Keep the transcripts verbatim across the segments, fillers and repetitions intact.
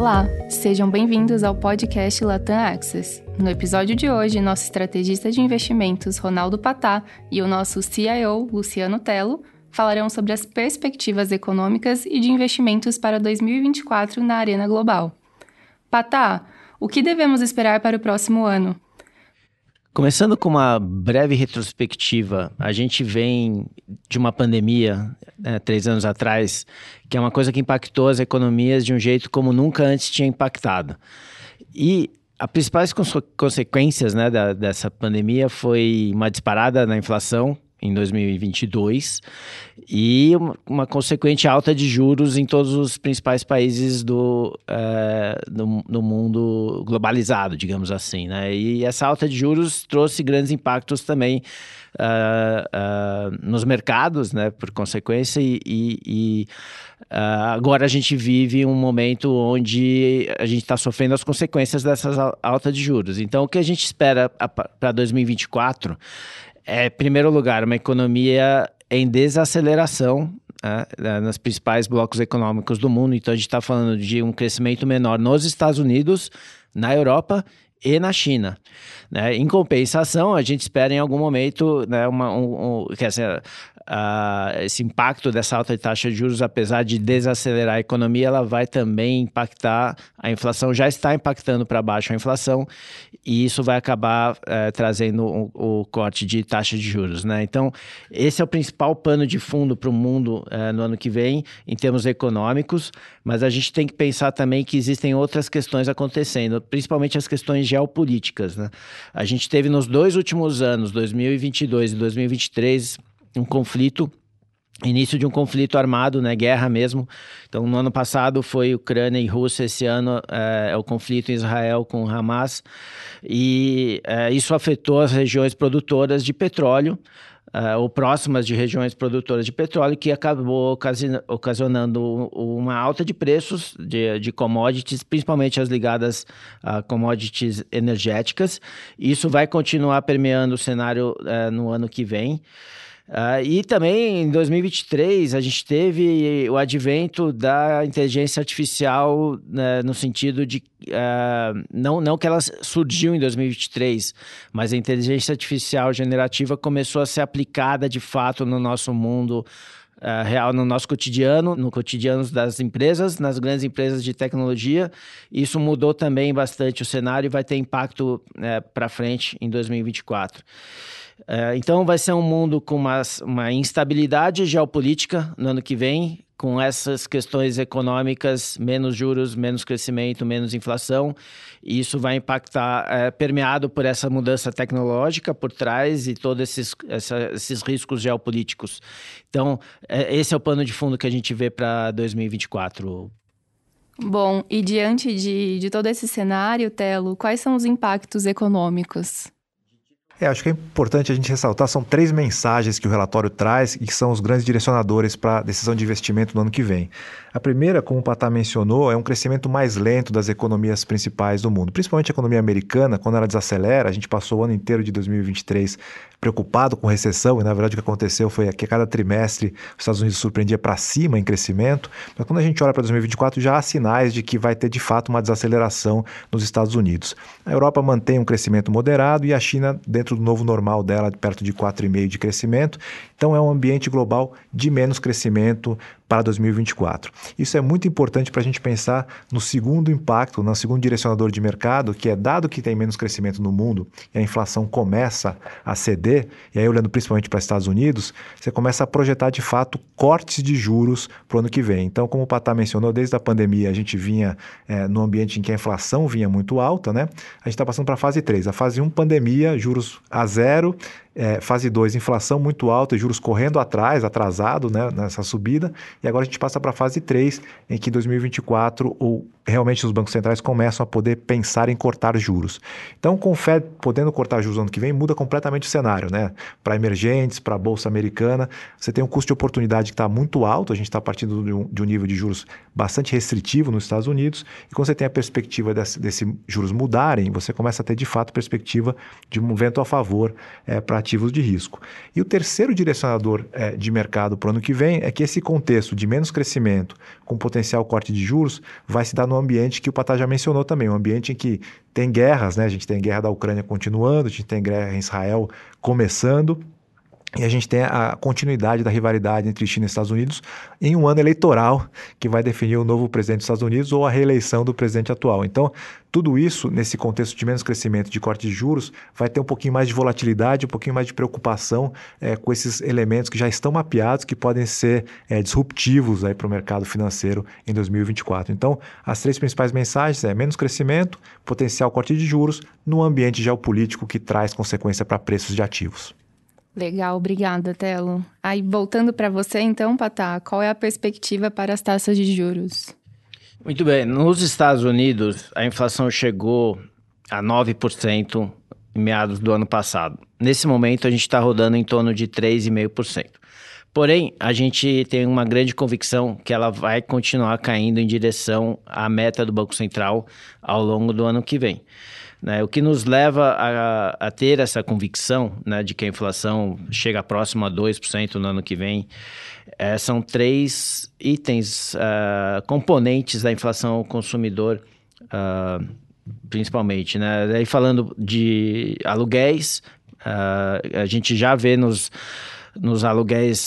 Olá, sejam bem-vindos ao podcast Latam Access. No episódio de hoje, nosso estrategista de investimentos, Ronaldo Patá, e o nosso C I O, Luciano Tello, falarão sobre as perspectivas econômicas e de investimentos para dois mil e vinte e quatro na arena global. Patá, o que devemos esperar para o próximo ano? Começando com uma breve retrospectiva, a gente vem de uma pandemia, né, três anos atrás, que é uma coisa que impactou as economias de um jeito como nunca antes tinha impactado. E as principais cons- consequências, né, da, dessa pandemia foi uma disparada na inflação em dois mil e vinte e dois e uma, uma consequente alta de juros em todos os principais países do, uh, do, do mundo globalizado, digamos assim, né? E essa alta de juros trouxe grandes impactos também uh, uh, nos mercados, né? Por consequência, e, e, e uh, agora a gente vive um momento onde a gente está sofrendo as consequências dessas altas de juros. Então, o que a gente espera para dois mil e vinte e quatro é, em primeiro lugar, uma economia em desaceleração, né, nos principais blocos econômicos do mundo. Então, a gente está falando de um crescimento menor nos Estados Unidos, na Europa e na China. Né? Em compensação, a gente espera em algum momento, né, uma, um, um, quer dizer, uh, esse impacto dessa alta de taxa de juros, apesar de desacelerar a economia, ela vai também impactar a inflação, já está impactando para baixo a inflação, e isso vai acabar uh, trazendo o, o corte de taxa de juros. Né? Então, esse é o principal pano de fundo para o mundo uh, no ano que vem, em termos econômicos, mas a gente tem que pensar também que existem outras questões acontecendo, principalmente as questões geopolíticas. Né? A gente teve nos dois últimos anos, dois mil e vinte e dois e dois mil e vinte e três, um conflito, início de um conflito armado, né, guerra mesmo. Então, no ano passado foi Ucrânia e Rússia, esse ano é, é o conflito em Israel com Hamas, e é, isso afetou as regiões produtoras de petróleo, Uh, ou próximas de regiões produtoras de petróleo, que acabou ocasi- ocasionando uma alta de preços de, de commodities, principalmente as ligadas a commodities energéticas. Isso vai continuar permeando o cenário uh, no ano que vem. Uh, e também em dois mil e vinte e três a gente teve o advento da inteligência artificial, né, no sentido de, uh, não, não que ela surgiu em dois mil e vinte e três, mas a inteligência artificial generativa começou a ser aplicada de fato no nosso mundo uh, real, no nosso cotidiano, no cotidiano das empresas, nas grandes empresas de tecnologia. Isso mudou também bastante o cenário e vai ter impacto uh, para frente em dois mil e vinte e quatro. Uh, então vai ser um mundo com uma, uma instabilidade geopolítica no ano que vem, com essas questões econômicas, menos juros, menos crescimento, menos inflação. E isso vai impactar, é, permeado por essa mudança tecnológica por trás e todos esses, essa, esses riscos geopolíticos. Então, é, esse é o pano de fundo que a gente vê para dois mil e vinte e quatro. Bom, e diante de, de todo esse cenário, Tello, quais são os impactos econômicos? É, acho que é importante a gente ressaltar, são três mensagens que o relatório traz e que são os grandes direcionadores para a decisão de investimento no ano que vem. A primeira, como o Patá mencionou, é um crescimento mais lento das economias principais do mundo, principalmente a economia americana. Quando ela desacelera, a gente passou o ano inteiro de dois mil e vinte e três preocupado com recessão, e na verdade o que aconteceu foi que a cada trimestre os Estados Unidos surpreendia para cima em crescimento, mas quando a gente olha para dois mil e vinte e quatro já há sinais de que vai ter de fato uma desaceleração nos Estados Unidos. A Europa mantém um crescimento moderado e a China dentro do novo normal dela, perto de quatro vírgula cinco por cento de crescimento. Então é um ambiente global de menos crescimento para dois mil e vinte e quatro. Isso é muito importante para a gente pensar no segundo impacto, no segundo direcionador de mercado, que é, dado que tem menos crescimento no mundo e a inflação começa a ceder, e aí olhando principalmente para os Estados Unidos, você começa a projetar de fato cortes de juros para o ano que vem. Então, como o Patá mencionou, desde a pandemia a gente vinha é, num ambiente em que a inflação vinha muito alta, né? A gente está passando para a fase três. A fase um, pandemia, juros a zero. É, fase dois, inflação muito alta e juros correndo atrás, atrasado, né, nessa subida. E agora a gente passa para a fase três, em que em dois mil e vinte e quatro ou realmente os bancos centrais começam a poder pensar em cortar juros. Então, com o Fed podendo cortar juros no ano que vem, muda completamente o cenário, né? Para emergentes, para a Bolsa Americana, você tem um custo de oportunidade que está muito alto, a gente está partindo de um, de um nível de juros bastante restritivo nos Estados Unidos, e quando você tem a perspectiva desses desse juros mudarem, você começa a ter de fato perspectiva de um vento a favor é, para ativos de risco. E o terceiro direcionador é, de mercado para o ano que vem é que esse contexto de menos crescimento com potencial corte de juros vai se dar no ambiente que o Patá já mencionou também, um ambiente em que tem guerras, né? A gente tem guerra da Ucrânia continuando, a gente tem guerra em Israel começando, e a gente tem a continuidade da rivalidade entre China e Estados Unidos em um ano eleitoral que vai definir o novo presidente dos Estados Unidos ou a reeleição do presidente atual. Então, tudo isso, nesse contexto de menos crescimento, de corte de juros, vai ter um pouquinho mais de volatilidade, um pouquinho mais de preocupação é, com esses elementos que já estão mapeados, que podem ser é, disruptivos para o mercado financeiro em dois mil e vinte e quatro. Então, as três principais mensagens é menos crescimento, potencial corte de juros, num ambiente geopolítico que traz consequência para preços de ativos. Legal, obrigada, Telo. Aí, voltando para você, então, Patá, qual é a perspectiva para as taxas de juros? Muito bem. Nos Estados Unidos, a inflação chegou a nove por cento em meados do ano passado. Nesse momento, a gente está rodando em torno de três vírgula cinco por cento. Porém, a gente tem uma grande convicção que ela vai continuar caindo em direção à meta do Banco Central ao longo do ano que vem. Né, o que nos leva a, a ter essa convicção, né, de que a inflação chega próximo a dois por cento no ano que vem, é, são três itens, uh, componentes da inflação ao consumidor, uh, principalmente. Né? Daí falando de aluguéis, uh, a gente já vê nos, nos aluguéis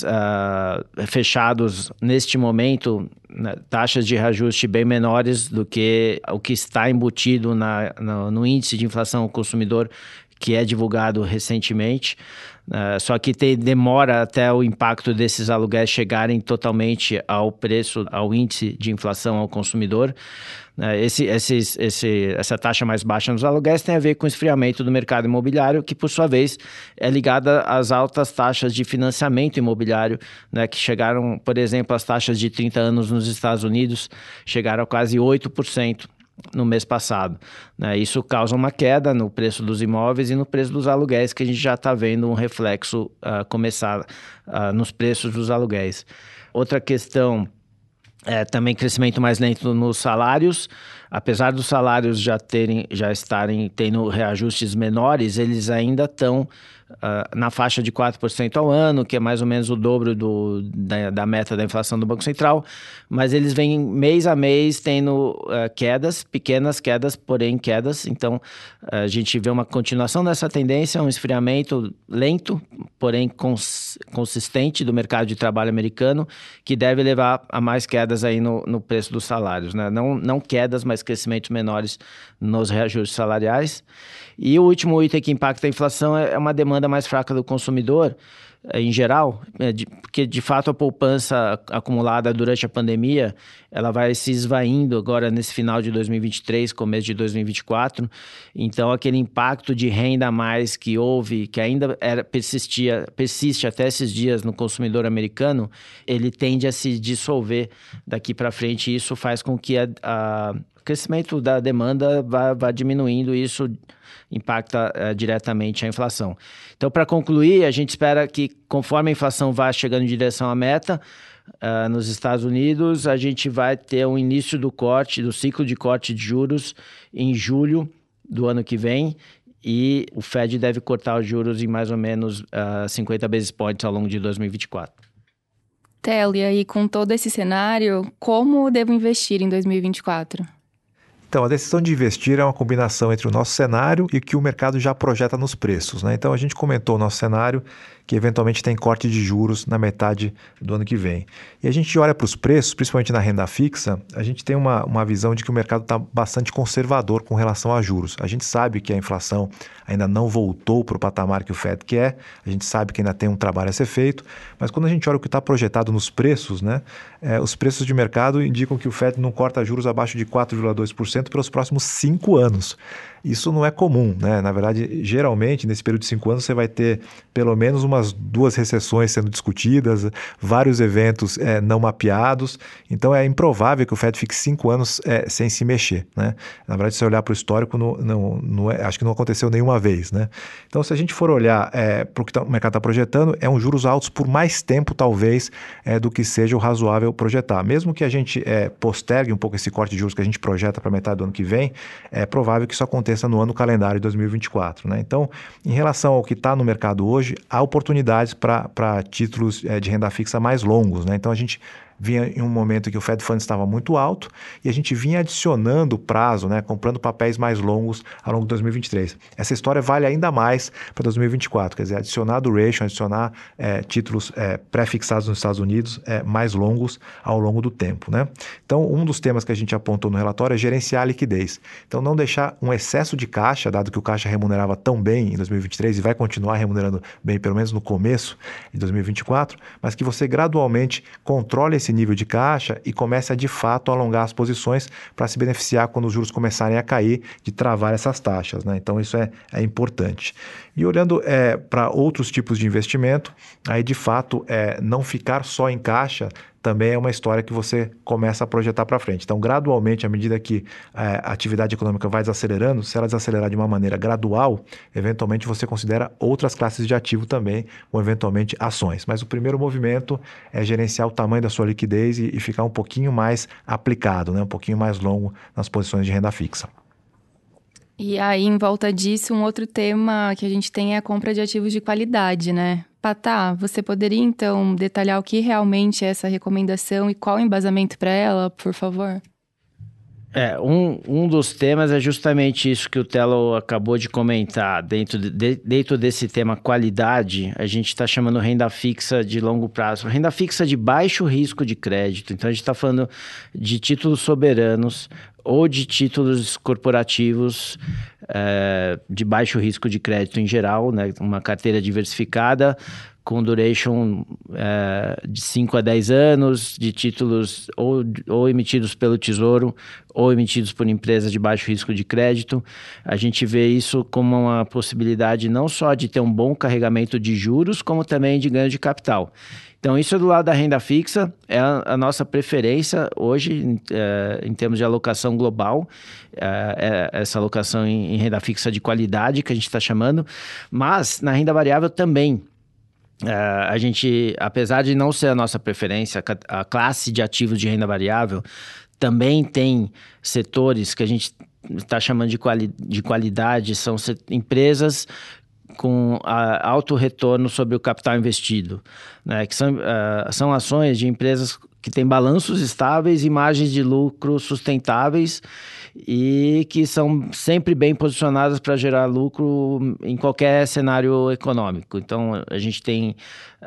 uh, fechados neste momento, né, taxas de reajuste bem menores do que o que está embutido na, no, no índice de inflação ao consumidor, que é divulgado recentemente. Uh, só que tem, demora até o impacto desses aluguéis chegarem totalmente ao preço, ao índice de inflação ao consumidor. Uh, esse, esse, esse, essa taxa mais baixa nos aluguéis tem a ver com o esfriamento do mercado imobiliário, que por sua vez é ligada às altas taxas de financiamento imobiliário, né, que chegaram, por exemplo, as taxas de trinta anos nos Estados Unidos chegaram a quase oito por cento. No mês passado. Né? Isso causa uma queda no preço dos imóveis e no preço dos aluguéis, que a gente já está vendo um reflexo uh, começar uh, nos preços dos aluguéis. Outra questão é também crescimento mais lento nos salários. Apesar dos salários já, terem, já estarem tendo reajustes menores, eles ainda estão uh, na faixa de quatro por cento ao ano, que é mais ou menos o dobro do, da, da meta da inflação do Banco Central, mas eles vêm mês a mês tendo uh, quedas, pequenas quedas, porém quedas. Então, uh, a gente vê uma continuação dessa tendência, um esfriamento lento, porém cons- consistente do mercado de trabalho americano, que deve levar a mais quedas aí no, no preço dos salários. Né? Não, não quedas, mas crescimentos menores nos reajustes salariais. E o último item que impacta a inflação é uma demanda mais fraca do consumidor, em geral, porque de fato a poupança acumulada durante a pandemia, ela vai se esvaindo agora nesse final de dois mil e vinte e três, começo de dois mil e vinte e quatro. Então aquele impacto de renda a mais que houve, que ainda era, persistia, persiste até esses dias no consumidor americano, ele tende a se dissolver daqui para frente, e isso faz com que a, a o crescimento da demanda vá, vá diminuindo, e isso impacta uh, diretamente a inflação. Então, para concluir, a gente espera que, conforme a inflação vá chegando em direção à meta, uh, nos Estados Unidos, a gente vai ter um início do corte, do ciclo de corte de juros em julho do ano que vem, e o Fed deve cortar os juros em mais ou menos uh, cinquenta basis points ao longo de dois mil e vinte e quatro. Telo, e aí com todo esse cenário, como devo investir em dois mil e vinte e quatro? Então, a decisão de investir é uma combinação entre o nosso cenário e o que o mercado já projeta nos preços. Né? Então, a gente comentou o nosso cenário, que eventualmente tem corte de juros na metade do ano que vem. E a gente olha para os preços, principalmente na renda fixa, a gente tem uma, uma visão de que o mercado está bastante conservador com relação a juros. A gente sabe que a inflação ainda não voltou para o patamar que o Fed quer, a gente sabe que ainda tem um trabalho a ser feito, mas quando a gente olha o que está projetado nos preços, né, é, os preços de mercado indicam que o Fed não corta juros abaixo de quatro vírgula dois por cento pelos próximos cinco anos. Isso não é comum, né? Na verdade, geralmente, nesse período de cinco anos, você vai ter pelo menos umas duas recessões sendo discutidas, vários eventos é, não mapeados. Então, é improvável que o Fed fique cinco anos é, sem se mexer, né? Na verdade, se você olhar para o histórico, não, não, não é, acho que não aconteceu nenhuma vez, né? Então, se a gente for olhar é, para o que tá, o mercado está projetando, é um juros altos por mais tempo, talvez, é, do que seja o razoável projetar. Mesmo que a gente é, postergue um pouco esse corte de juros que a gente projeta para a metade do ano que vem, é provável que isso aconteça no ano calendário de dois mil e vinte e quatro. Né? Então, em relação ao que está no mercado hoje, há oportunidades para títulos é, de renda fixa mais longos. Né? Então, a gente vinha em um momento que o Fed Funds estava muito alto e a gente vinha adicionando prazo, né, comprando papéis mais longos ao longo de dois mil e vinte e três. Essa história vale ainda mais para dois mil e vinte e quatro, quer dizer, adicionar duration, adicionar é, títulos é, pré-fixados nos Estados Unidos é, mais longos ao longo do tempo. Né? Então, um dos temas que a gente apontou no relatório é gerenciar a liquidez. Então, não deixar um excesso de caixa, dado que o caixa remunerava tão bem em dois mil e vinte e três e vai continuar remunerando bem, pelo menos no começo de dois mil e vinte e quatro, mas que você gradualmente controle esse esse nível de caixa e comece a, de fato, alongar as posições para se beneficiar quando os juros começarem a cair, de travar essas taxas. Né? Então, isso é, é importante. E olhando é, para outros tipos de investimento, aí, de fato, é, não ficar só em caixa também é uma história que você começa a projetar para frente. Então, gradualmente, à medida que é, a atividade econômica vai desacelerando, se ela desacelerar de uma maneira gradual, eventualmente você considera outras classes de ativo também, ou eventualmente ações. Mas o primeiro movimento é gerenciar o tamanho da sua liquidez e, e ficar um pouquinho mais aplicado, né? Um pouquinho mais longo nas posições de renda fixa. E aí, em volta disso, um outro tema que a gente tem é a compra de ativos de qualidade, né? Patá, você poderia, então, detalhar o que realmente é essa recomendação e qual o embasamento para ela, por favor? É, um, um dos temas é justamente isso que o Telo acabou de comentar. Dentro, de, dentro desse tema qualidade, a gente está chamando renda fixa de longo prazo. Renda fixa de baixo risco de crédito. Então, a gente está falando de títulos soberanos ou de títulos corporativos é, de baixo risco de crédito em geral, né? Uma carteira diversificada com duration é, de cinco a dez anos, de títulos ou, ou emitidos pelo Tesouro ou emitidos por empresas de baixo risco de crédito. A gente vê isso como uma possibilidade não só de ter um bom carregamento de juros, como também de ganho de capital. Então, isso é do lado da renda fixa, é a, a nossa preferência hoje é, em termos de alocação global, é, é essa alocação em, em renda fixa de qualidade que a gente está chamando, mas na renda variável também. Uh, a gente, apesar de não ser a nossa preferência, a classe de ativos de renda variável também tem setores que a gente está chamando de, quali de qualidade, são empresas com uh, alto retorno sobre o capital investido, né? Que são, uh, são ações de empresas que têm balanços estáveis e margens de lucro sustentáveis e que são sempre bem posicionadas para gerar lucro em qualquer cenário econômico. Então, a gente tem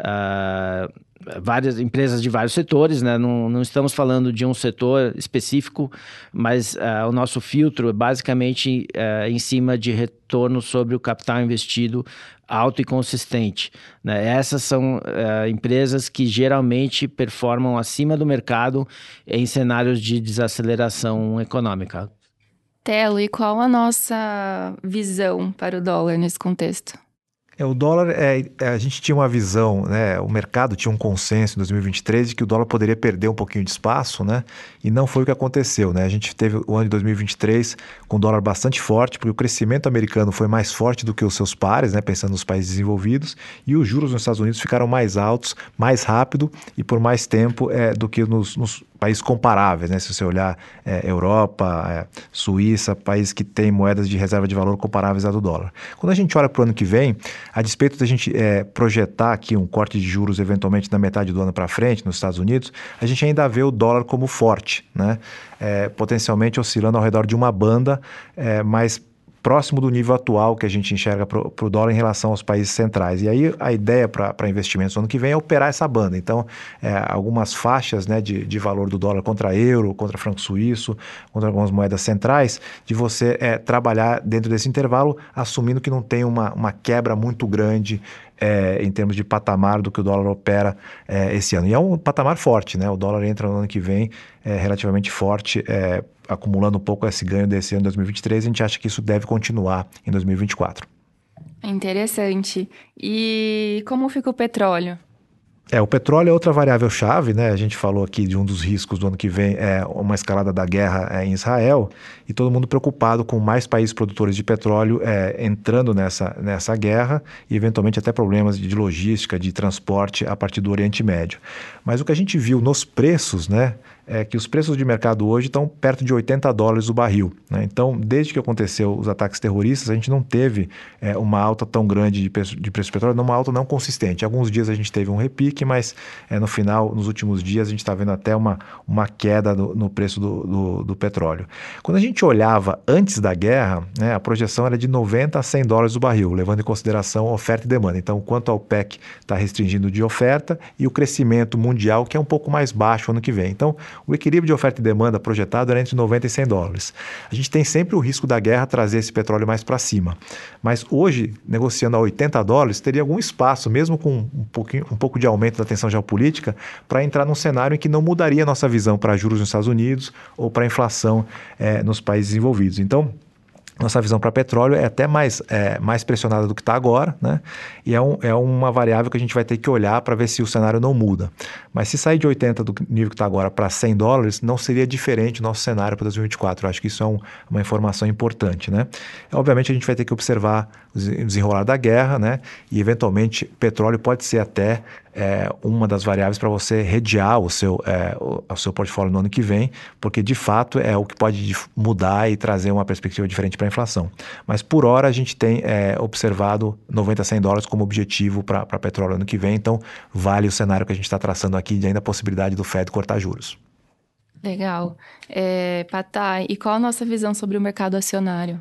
uh, várias empresas de vários setores, né? Não, não estamos falando de um setor específico, mas uh, o nosso filtro é basicamente uh, em cima de retorno sobre o capital investido alto e consistente, né? Essas são uh, empresas que geralmente performam acima do mercado em cenários de desaceleração econômica. Telo, e qual a nossa visão para o dólar nesse contexto? É, o dólar, é, é, a gente tinha uma visão, né? O mercado tinha um consenso em dois mil e vinte e três de que o dólar poderia perder um pouquinho de espaço, né? E não foi o que aconteceu, né? A gente teve o ano de dois mil e vinte e três com o dólar bastante forte, porque o crescimento americano foi mais forte do que os seus pares, né? Pensando nos países desenvolvidos, e os juros nos Estados Unidos ficaram mais altos, mais rápido e por mais tempo é, do que nos, nos países comparáveis, né? Se você olhar é, Europa, é, Suíça, países que têm moedas de reserva de valor comparáveis à do dólar. Quando a gente olha para o ano que vem, a despeito da gente é, projetar aqui um corte de juros eventualmente na metade do ano para frente nos Estados Unidos, a gente ainda vê o dólar como forte, né? É, potencialmente oscilando ao redor de uma banda, é, mas próximo do nível atual que a gente enxerga para o dólar em relação aos países centrais. E aí a ideia para investimentos no ano que vem é operar essa banda. Então, é, algumas faixas, né, de, de valor do dólar contra euro, contra franco suíço, contra algumas moedas centrais, de você é, trabalhar dentro desse intervalo, assumindo que não tem uma, uma quebra muito grande É, em termos de patamar do que o dólar opera é, esse ano. E é um patamar forte, né? O dólar entra no ano que vem é, relativamente forte, é, acumulando um pouco esse ganho desse ano de dois mil e vinte e três. A gente acha que isso deve continuar em dois mil e vinte e quatro. Interessante. E como fica o petróleo? É, o petróleo é outra variável-chave, né? A gente falou aqui de um dos riscos do ano que vem, é uma escalada da guerra em Israel, e todo mundo preocupado com mais países produtores de petróleo é, entrando nessa, nessa guerra e, eventualmente, até problemas de logística, de transporte a partir do Oriente Médio. Mas o que a gente viu nos preços, né? É que os preços de mercado hoje estão perto de oitenta dólares o barril, né? Então, desde que aconteceu os ataques terroristas, a gente não teve é, uma alta tão grande de preço, de preço do petróleo, uma alta não consistente. Alguns dias a gente teve um repique, mas é, no final, nos últimos dias, a gente está vendo até uma, uma queda no, no preço do, do, do petróleo. Quando a gente olhava antes da guerra, né, a projeção era de noventa a cem dólares o barril, levando em consideração oferta e demanda. Então, quanto a OPEC está restringindo de oferta e o crescimento mundial, que é um pouco mais baixo ano que vem. Então, o equilíbrio de oferta e demanda projetado era entre noventa e cem dólares. A gente tem sempre o risco da guerra trazer esse petróleo mais para cima. Mas hoje, negociando a oitenta dólares, teria algum espaço, mesmo com um, pouquinho, um pouco de aumento da tensão geopolítica, para entrar num cenário em que não mudaria a nossa visão para juros nos Estados Unidos ou para a inflação é, nos países desenvolvidos. Então, nossa visão para petróleo é até mais, é, mais pressionada do que está agora, né? E é, um, é uma variável que a gente vai ter que olhar para ver se o cenário não muda. Mas se sair de oitenta do nível que está agora para cem dólares, não seria diferente o nosso cenário para dois mil e vinte e quatro. Eu acho que isso é um, uma informação importante, né? Obviamente a gente vai ter que observar o desenrolar da guerra, né? E eventualmente petróleo pode ser até é, uma das variáveis para você redear o seu, é, o, o seu portfólio no ano que vem, porque de fato é o que pode mudar e trazer uma perspectiva diferente para a inflação. Mas por hora a gente tem é, observado noventa a cem dólares como objetivo para petróleo no ano que vem, então vale o cenário que a gente está traçando aqui de ainda a possibilidade do Fed cortar juros. Legal. É, Patá, e qual a nossa visão sobre o mercado acionário?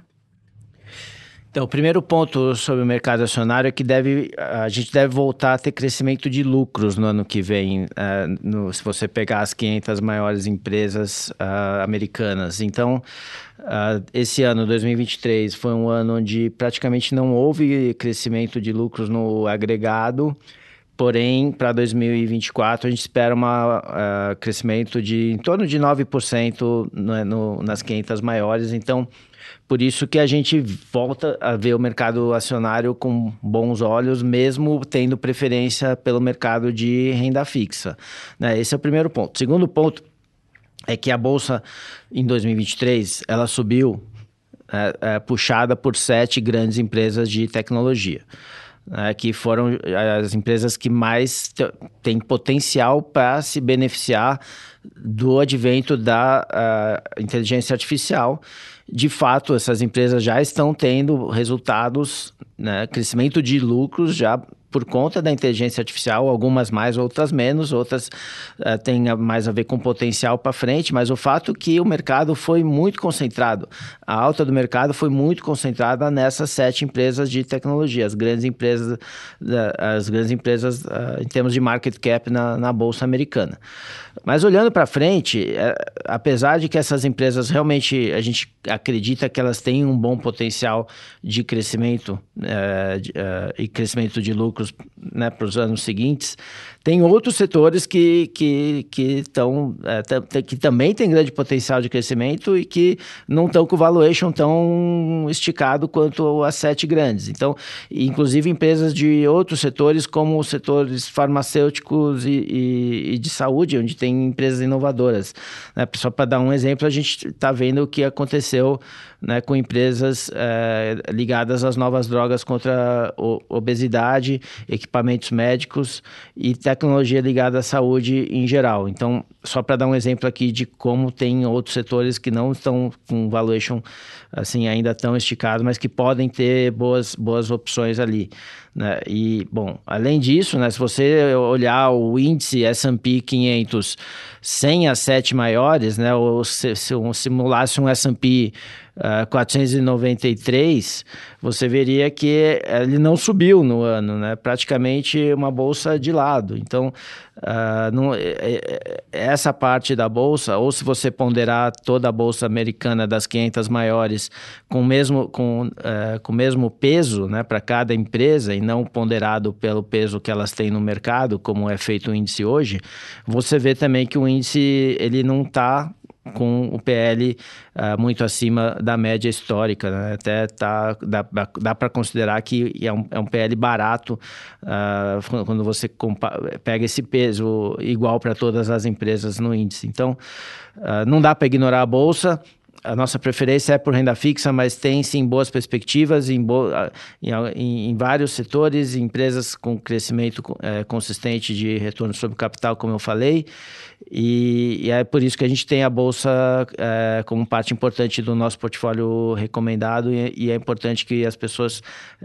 Então, o primeiro ponto sobre o mercado acionário é que deve, a gente deve voltar a ter crescimento de lucros no ano que vem, uh, no, se você pegar as quinhentas maiores empresas uh, americanas. Então, uh, esse ano, dois mil e vinte e três, foi um ano onde praticamente não houve crescimento de lucros no agregado. Porém, para dois mil e vinte e quatro, a gente espera um uh, crescimento de em torno de nove por cento no, no, nas quinhentas maiores. Então, por isso que a gente volta a ver o mercado acionário com bons olhos, mesmo tendo preferência pelo mercado de renda fixa, né? Esse é o primeiro ponto. O segundo ponto é que a Bolsa, em dois mil e vinte e três, ela subiu é, é, puxada por sete grandes empresas de tecnologia, né, que foram as empresas que mais t- têm potencial para se beneficiar do advento da uh, inteligência artificial. De fato, essas empresas já estão tendo resultados, né, crescimento de lucros já por conta da inteligência artificial, algumas mais, outras menos, outras uh, têm mais a ver com potencial para frente, mas o fato é que o mercado foi muito concentrado, a alta do mercado foi muito concentrada nessas sete empresas de tecnologia, as grandes empresas, uh, as grandes empresas uh, em termos de market cap na, na Bolsa Americana. Mas olhando para frente, é, apesar de que essas empresas realmente, a gente acredita que elas têm um bom potencial de crescimento é, de, é, e crescimento de lucros, né, para os anos seguintes, tem outros setores que, que, que, estão, é, t- que também têm grande potencial de crescimento e que não estão com valuation tão esticado quanto as sete grandes. Então, inclusive empresas de outros setores, como os setores farmacêuticos e, e, e de saúde, onde tem empresas inovadoras, né? Só para dar um exemplo, a gente está vendo o que aconteceu, né, com empresas é, ligadas às novas drogas contra a obesidade, equipamentos médicos e tecnologia ligada à saúde em geral. Então, só para dar um exemplo aqui de como tem outros setores que não estão com valuation assim, ainda tão esticado, mas que podem ter boas, boas opções ali, né? E, bom, além disso, né, se você olhar o índice S and P quinhentos sem as sete maiores, né, ou se, se simulasse um S and P Uh, quatrocentos e noventa e três, você veria que ele não subiu no ano, né? Praticamente uma bolsa de lado. Então, uh, não, é, é, essa parte da bolsa, ou se você ponderar toda a bolsa americana das quinhentas maiores com o mesmo, com, uh, com o mesmo peso, né, para cada empresa e não ponderado pelo peso que elas têm no mercado, como é feito o índice hoje, você vê também que o índice ele não está com o P L uh, muito acima da média histórica, né? Até tá, dá, dá para considerar que é um, é um P L barato uh, quando você pega esse peso igual para todas as empresas no índice. Então, uh, não dá para ignorar a Bolsa. A nossa preferência é por renda fixa, mas tem sim boas perspectivas em, bo... em, em, em vários setores, empresas com crescimento é, consistente de retorno sobre capital, como eu falei, e, e é por isso que a gente tem a Bolsa é, como parte importante do nosso portfólio recomendado, e, e é importante que as pessoas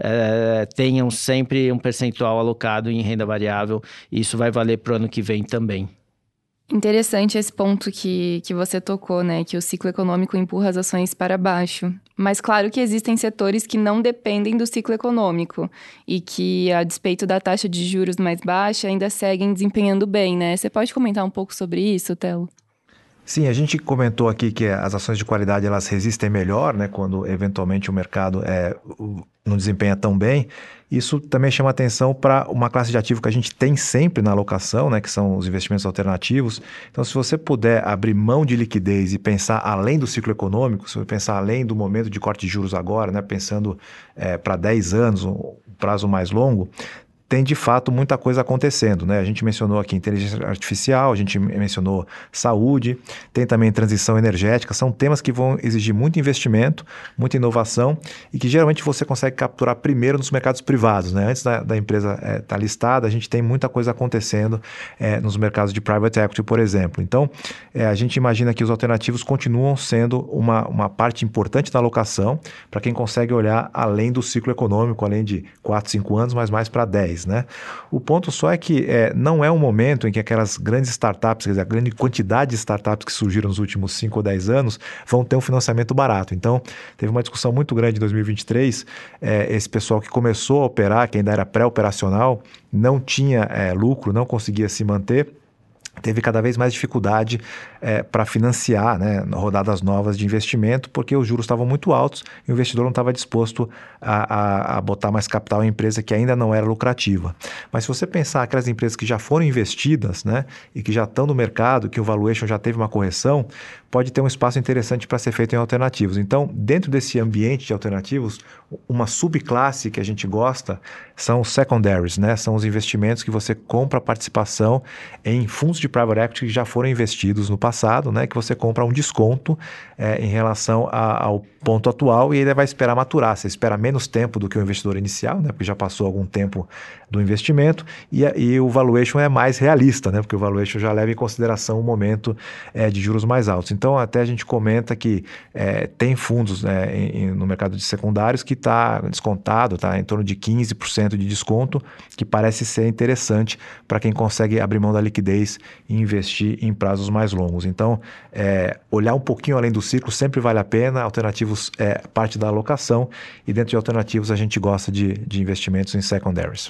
é, tenham sempre um percentual alocado em renda variável, e isso vai valer para o ano que vem também. Interessante esse ponto que, que você tocou, né? Que o ciclo econômico empurra as ações para baixo. Mas claro que existem setores que não dependem do ciclo econômico e que, a despeito da taxa de juros mais baixa, ainda seguem desempenhando bem, né? Você pode comentar um pouco sobre isso, Telo? Sim, a gente comentou aqui que as ações de qualidade elas resistem melhor, né? Quando eventualmente o mercado é, não desempenha tão bem. Isso também chama atenção para uma classe de ativo que a gente tem sempre na alocação, né, que são os investimentos alternativos. Então, se você puder abrir mão de liquidez e pensar além do ciclo econômico, se você pensar além do momento de corte de juros agora, né, pensando é, para dez anos, um prazo mais longo, tem de fato muita coisa acontecendo, né? A gente mencionou aqui inteligência artificial, a gente mencionou saúde, tem também transição energética, são temas que vão exigir muito investimento, muita inovação e que geralmente você consegue capturar primeiro nos mercados privados, né? Antes da, da empresa estar é, tá listada, a gente tem muita coisa acontecendo é, nos mercados de private equity, por exemplo. Então, é, a gente imagina que os alternativos continuam sendo uma, uma parte importante da alocação para quem consegue olhar além do ciclo econômico, além de quatro, cinco anos, mas mais para dez. Né? O ponto só é que é, não é um momento em que aquelas grandes startups, quer dizer, a grande quantidade de startups que surgiram nos últimos cinco ou dez anos vão ter um financiamento barato. Então, teve uma discussão muito grande em dois mil e vinte e três, é, esse pessoal que começou a operar, que ainda era pré-operacional, não tinha é, lucro, não conseguia se manter, teve cada vez mais dificuldade é, para financiar, né, rodadas novas de investimento, porque os juros estavam muito altos e o investidor não estava disposto a, a, a botar mais capital em empresa que ainda não era lucrativa. Mas se você pensar aquelas empresas que já foram investidas, né, e que já estão no mercado, que o valuation já teve uma correção, pode ter um espaço interessante para ser feito em alternativos. Então, dentro desse ambiente de alternativos, uma subclasse que a gente gosta são os secondaries, né? São os investimentos que você compra participação em fundos de private equity que já foram investidos no passado, né? Que você compra um desconto é, em relação a, ao ponto atual e ele vai esperar maturar. Você espera menos tempo do que o investidor inicial, né? Porque já passou algum tempo do investimento e, e o valuation é mais realista, né? Porque o valuation já leva em consideração o momento é, de juros mais altos. Então, até a gente comenta que é, tem fundos é, em, no mercado de secundários que está descontado, está em torno de quinze por cento de desconto, que parece ser interessante para quem consegue abrir mão da liquidez e investir em prazos mais longos. Então, é, olhar um pouquinho além do ciclo sempre vale a pena. Alternativos é parte da alocação e dentro de alternativos a gente gosta de, de investimentos em secondaries.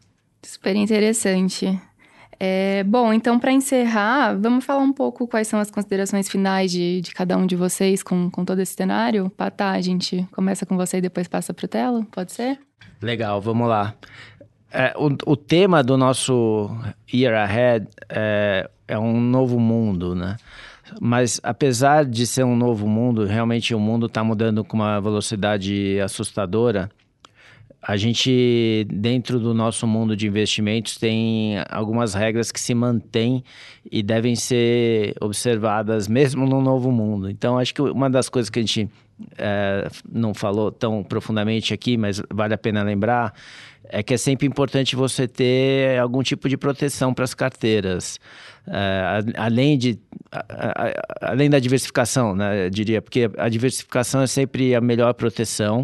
Super interessante. É, bom, então para encerrar, vamos falar um pouco quais são as considerações finais de, de cada um de vocês com, com todo esse cenário? Patá, a gente começa com você e depois passa para o Telo, pode ser? Legal, vamos lá. É, o, o tema do nosso Year Ahead é, é um novo mundo, né? Mas apesar de ser um novo mundo, realmente o mundo está mudando com uma velocidade assustadora. A gente, dentro do nosso mundo de investimentos, tem algumas regras que se mantêm e devem ser observadas mesmo no novo mundo. Então, acho que uma das coisas que a gente é, não falou tão profundamente aqui, mas vale a pena lembrar, é que é sempre importante você ter algum tipo de proteção para as carteiras. É, além, de, a, a, além da diversificação, né, eu diria, porque a diversificação é sempre a melhor proteção.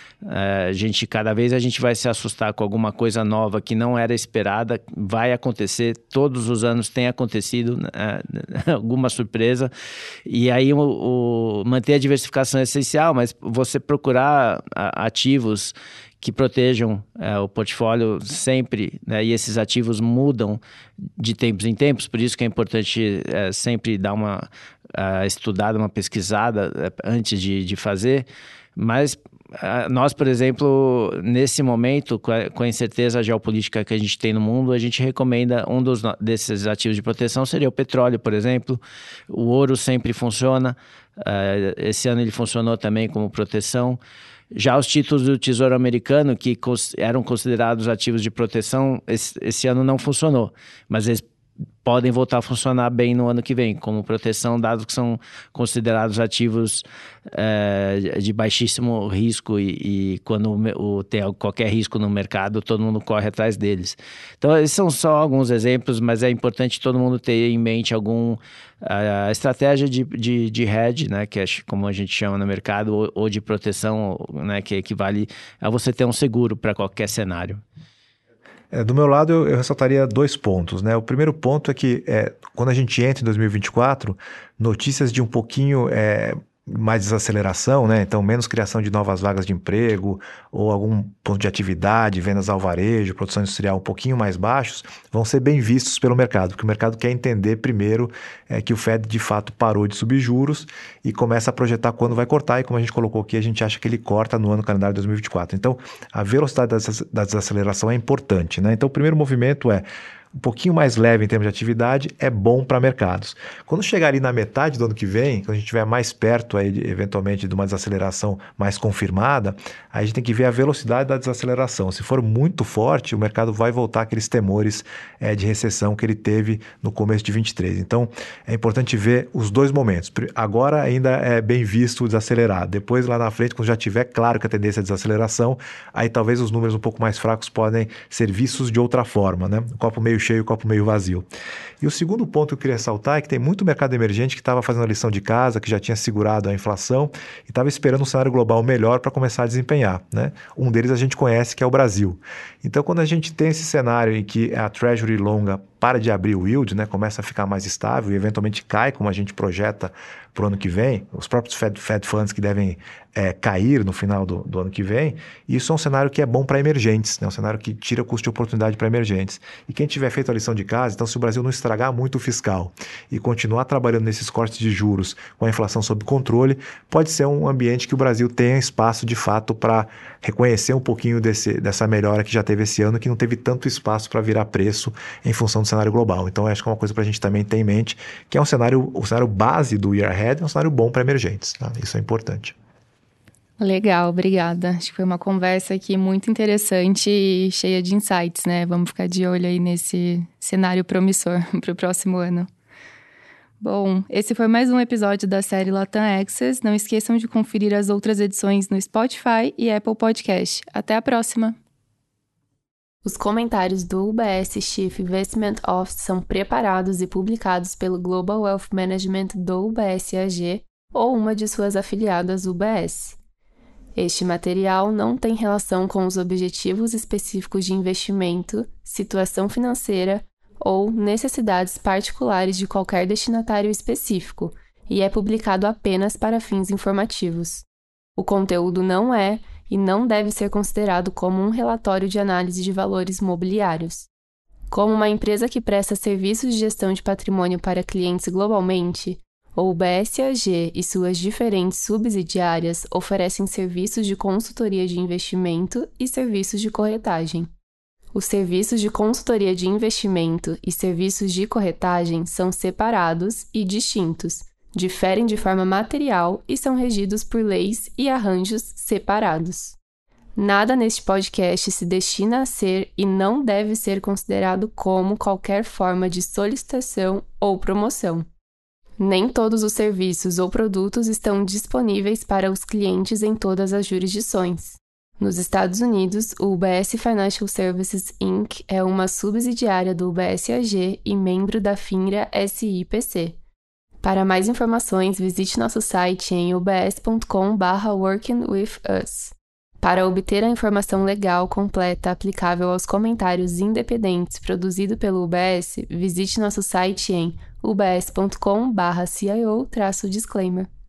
Uh, a gente, cada vez a gente vai se assustar com alguma coisa nova que não era esperada, vai acontecer, todos os anos tem acontecido uh, alguma surpresa, e aí o, o, manter a diversificação é essencial, mas você procurar uh, ativos que protejam uh, o portfólio sempre, né, e esses ativos mudam de tempos em tempos, por isso que é importante uh, sempre dar uma uh, estudada, uma pesquisada uh, antes de, de fazer, mas nós, por exemplo, nesse momento, com a, com a incerteza geopolítica que a gente tem no mundo, a gente recomenda um dos, desses ativos de proteção seria o petróleo, por exemplo. O ouro sempre funciona. Uh, esse ano ele funcionou também como proteção. Já os títulos do Tesouro Americano, que cons- eram considerados ativos de proteção, esse, esse ano não funcionou. Mas eles podem voltar a funcionar bem no ano que vem, como proteção, dados que são considerados ativos é, de baixíssimo risco e, e quando o, o, tem qualquer risco no mercado, todo mundo corre atrás deles. Então, esses são só alguns exemplos, mas é importante todo mundo ter em mente algum a, a estratégia de, de, de hedge, né, que é como a gente chama no mercado, ou, ou de proteção, né, que equivale a você ter um seguro para qualquer cenário. É, do meu lado, eu, eu ressaltaria dois pontos, né? O primeiro ponto é que é, quando a gente entra em dois mil e vinte e quatro, notícias de um pouquinho é, mais desaceleração, né? Então, menos criação de novas vagas de emprego ou algum ponto de atividade, vendas ao varejo, produção industrial um pouquinho mais baixos, vão ser bem vistos pelo mercado, porque o mercado quer entender primeiro é, que o Fed de fato parou de subir juros e começa a projetar quando vai cortar, e como a gente colocou aqui, a gente acha que ele corta no ano calendário de dois mil e vinte e quatro. Então, a velocidade da desaceleração é importante, né? Então, o primeiro movimento é um pouquinho mais leve em termos de atividade, é bom para mercados. Quando chegar ali na metade do ano que vem, quando a gente estiver mais perto aí, de, eventualmente, de uma desaceleração mais confirmada, aí a gente tem que ver a velocidade da desaceleração. Se for muito forte, o mercado vai voltar àqueles temores é, de recessão que ele teve no começo de vinte e três. Então, é importante ver os dois momentos. Agora ainda é bem visto o desacelerar. Depois, lá na frente, quando já tiver claro que a tendência é desaceleração, aí talvez os números um pouco mais fracos podem ser vistos de outra forma, né? O copo meio cheio, o copo meio vazio. E o segundo ponto que eu queria ressaltar é que tem muito mercado emergente que estava fazendo a lição de casa, que já tinha segurado a inflação e estava esperando um cenário global melhor para começar a desempenhar, né? Um deles a gente conhece, que é o Brasil. Então, quando a gente tem esse cenário em que a Treasury longa para de abrir o yield, né, começa a ficar mais estável e eventualmente cai, como a gente projeta para o ano que vem, os próprios Fed, Fed Funds que devem é, cair no final do, do ano que vem, isso é um cenário que é bom para emergentes, né, um cenário que tira o custo de oportunidade para emergentes. E quem tiver feito a lição de casa, então se o Brasil não estragar muito o fiscal e continuar trabalhando nesses cortes de juros com a inflação sob controle, pode ser um ambiente que o Brasil tenha espaço de fato para reconhecer um pouquinho desse, dessa melhora que já teve esse ano, que não teve tanto espaço para virar preço em função do cenário global. Então, acho que é uma coisa para a gente também ter em mente, que é um cenário, o cenário base do Year Ahead é um cenário bom para emergentes. Tá? Isso é importante. Legal, obrigada. Acho que foi uma conversa aqui muito interessante e cheia de insights, né? Vamos ficar de olho aí nesse cenário promissor para o próximo ano. Bom, esse foi mais um episódio da série Latam Access. Não esqueçam de conferir as outras edições no Spotify e Apple Podcast. Até a próxima! Os comentários do U B S Chief Investment Office são preparados e publicados pelo Global Wealth Management do U B S A G ou uma de suas afiliadas U B S. Este material não tem relação com os objetivos específicos de investimento, situação financeira ou necessidades particulares de qualquer destinatário específico e é publicado apenas para fins informativos. O conteúdo não é e não deve ser considerado como um relatório de análise de valores mobiliários. Como uma empresa que presta serviços de gestão de patrimônio para clientes globalmente, o U B S A G e suas diferentes subsidiárias oferecem serviços de consultoria de investimento e serviços de corretagem. Os serviços de consultoria de investimento e serviços de corretagem são separados e distintos, diferem de forma material e são regidos por leis e arranjos separados. Nada neste podcast se destina a ser e não deve ser considerado como qualquer forma de solicitação ou promoção. Nem todos os serviços ou produtos estão disponíveis para os clientes em todas as jurisdições. Nos Estados Unidos, o U B S Financial Services incorporated é uma subsidiária do U B S A G e membro da FINRA S I P C. Para mais informações, visite nosso site em u b s ponto com barra working with us. Para obter a informação legal completa aplicável aos comentários independentes produzido pelo U B S, visite nosso site em u b s ponto com barra C I O traço disclaimer.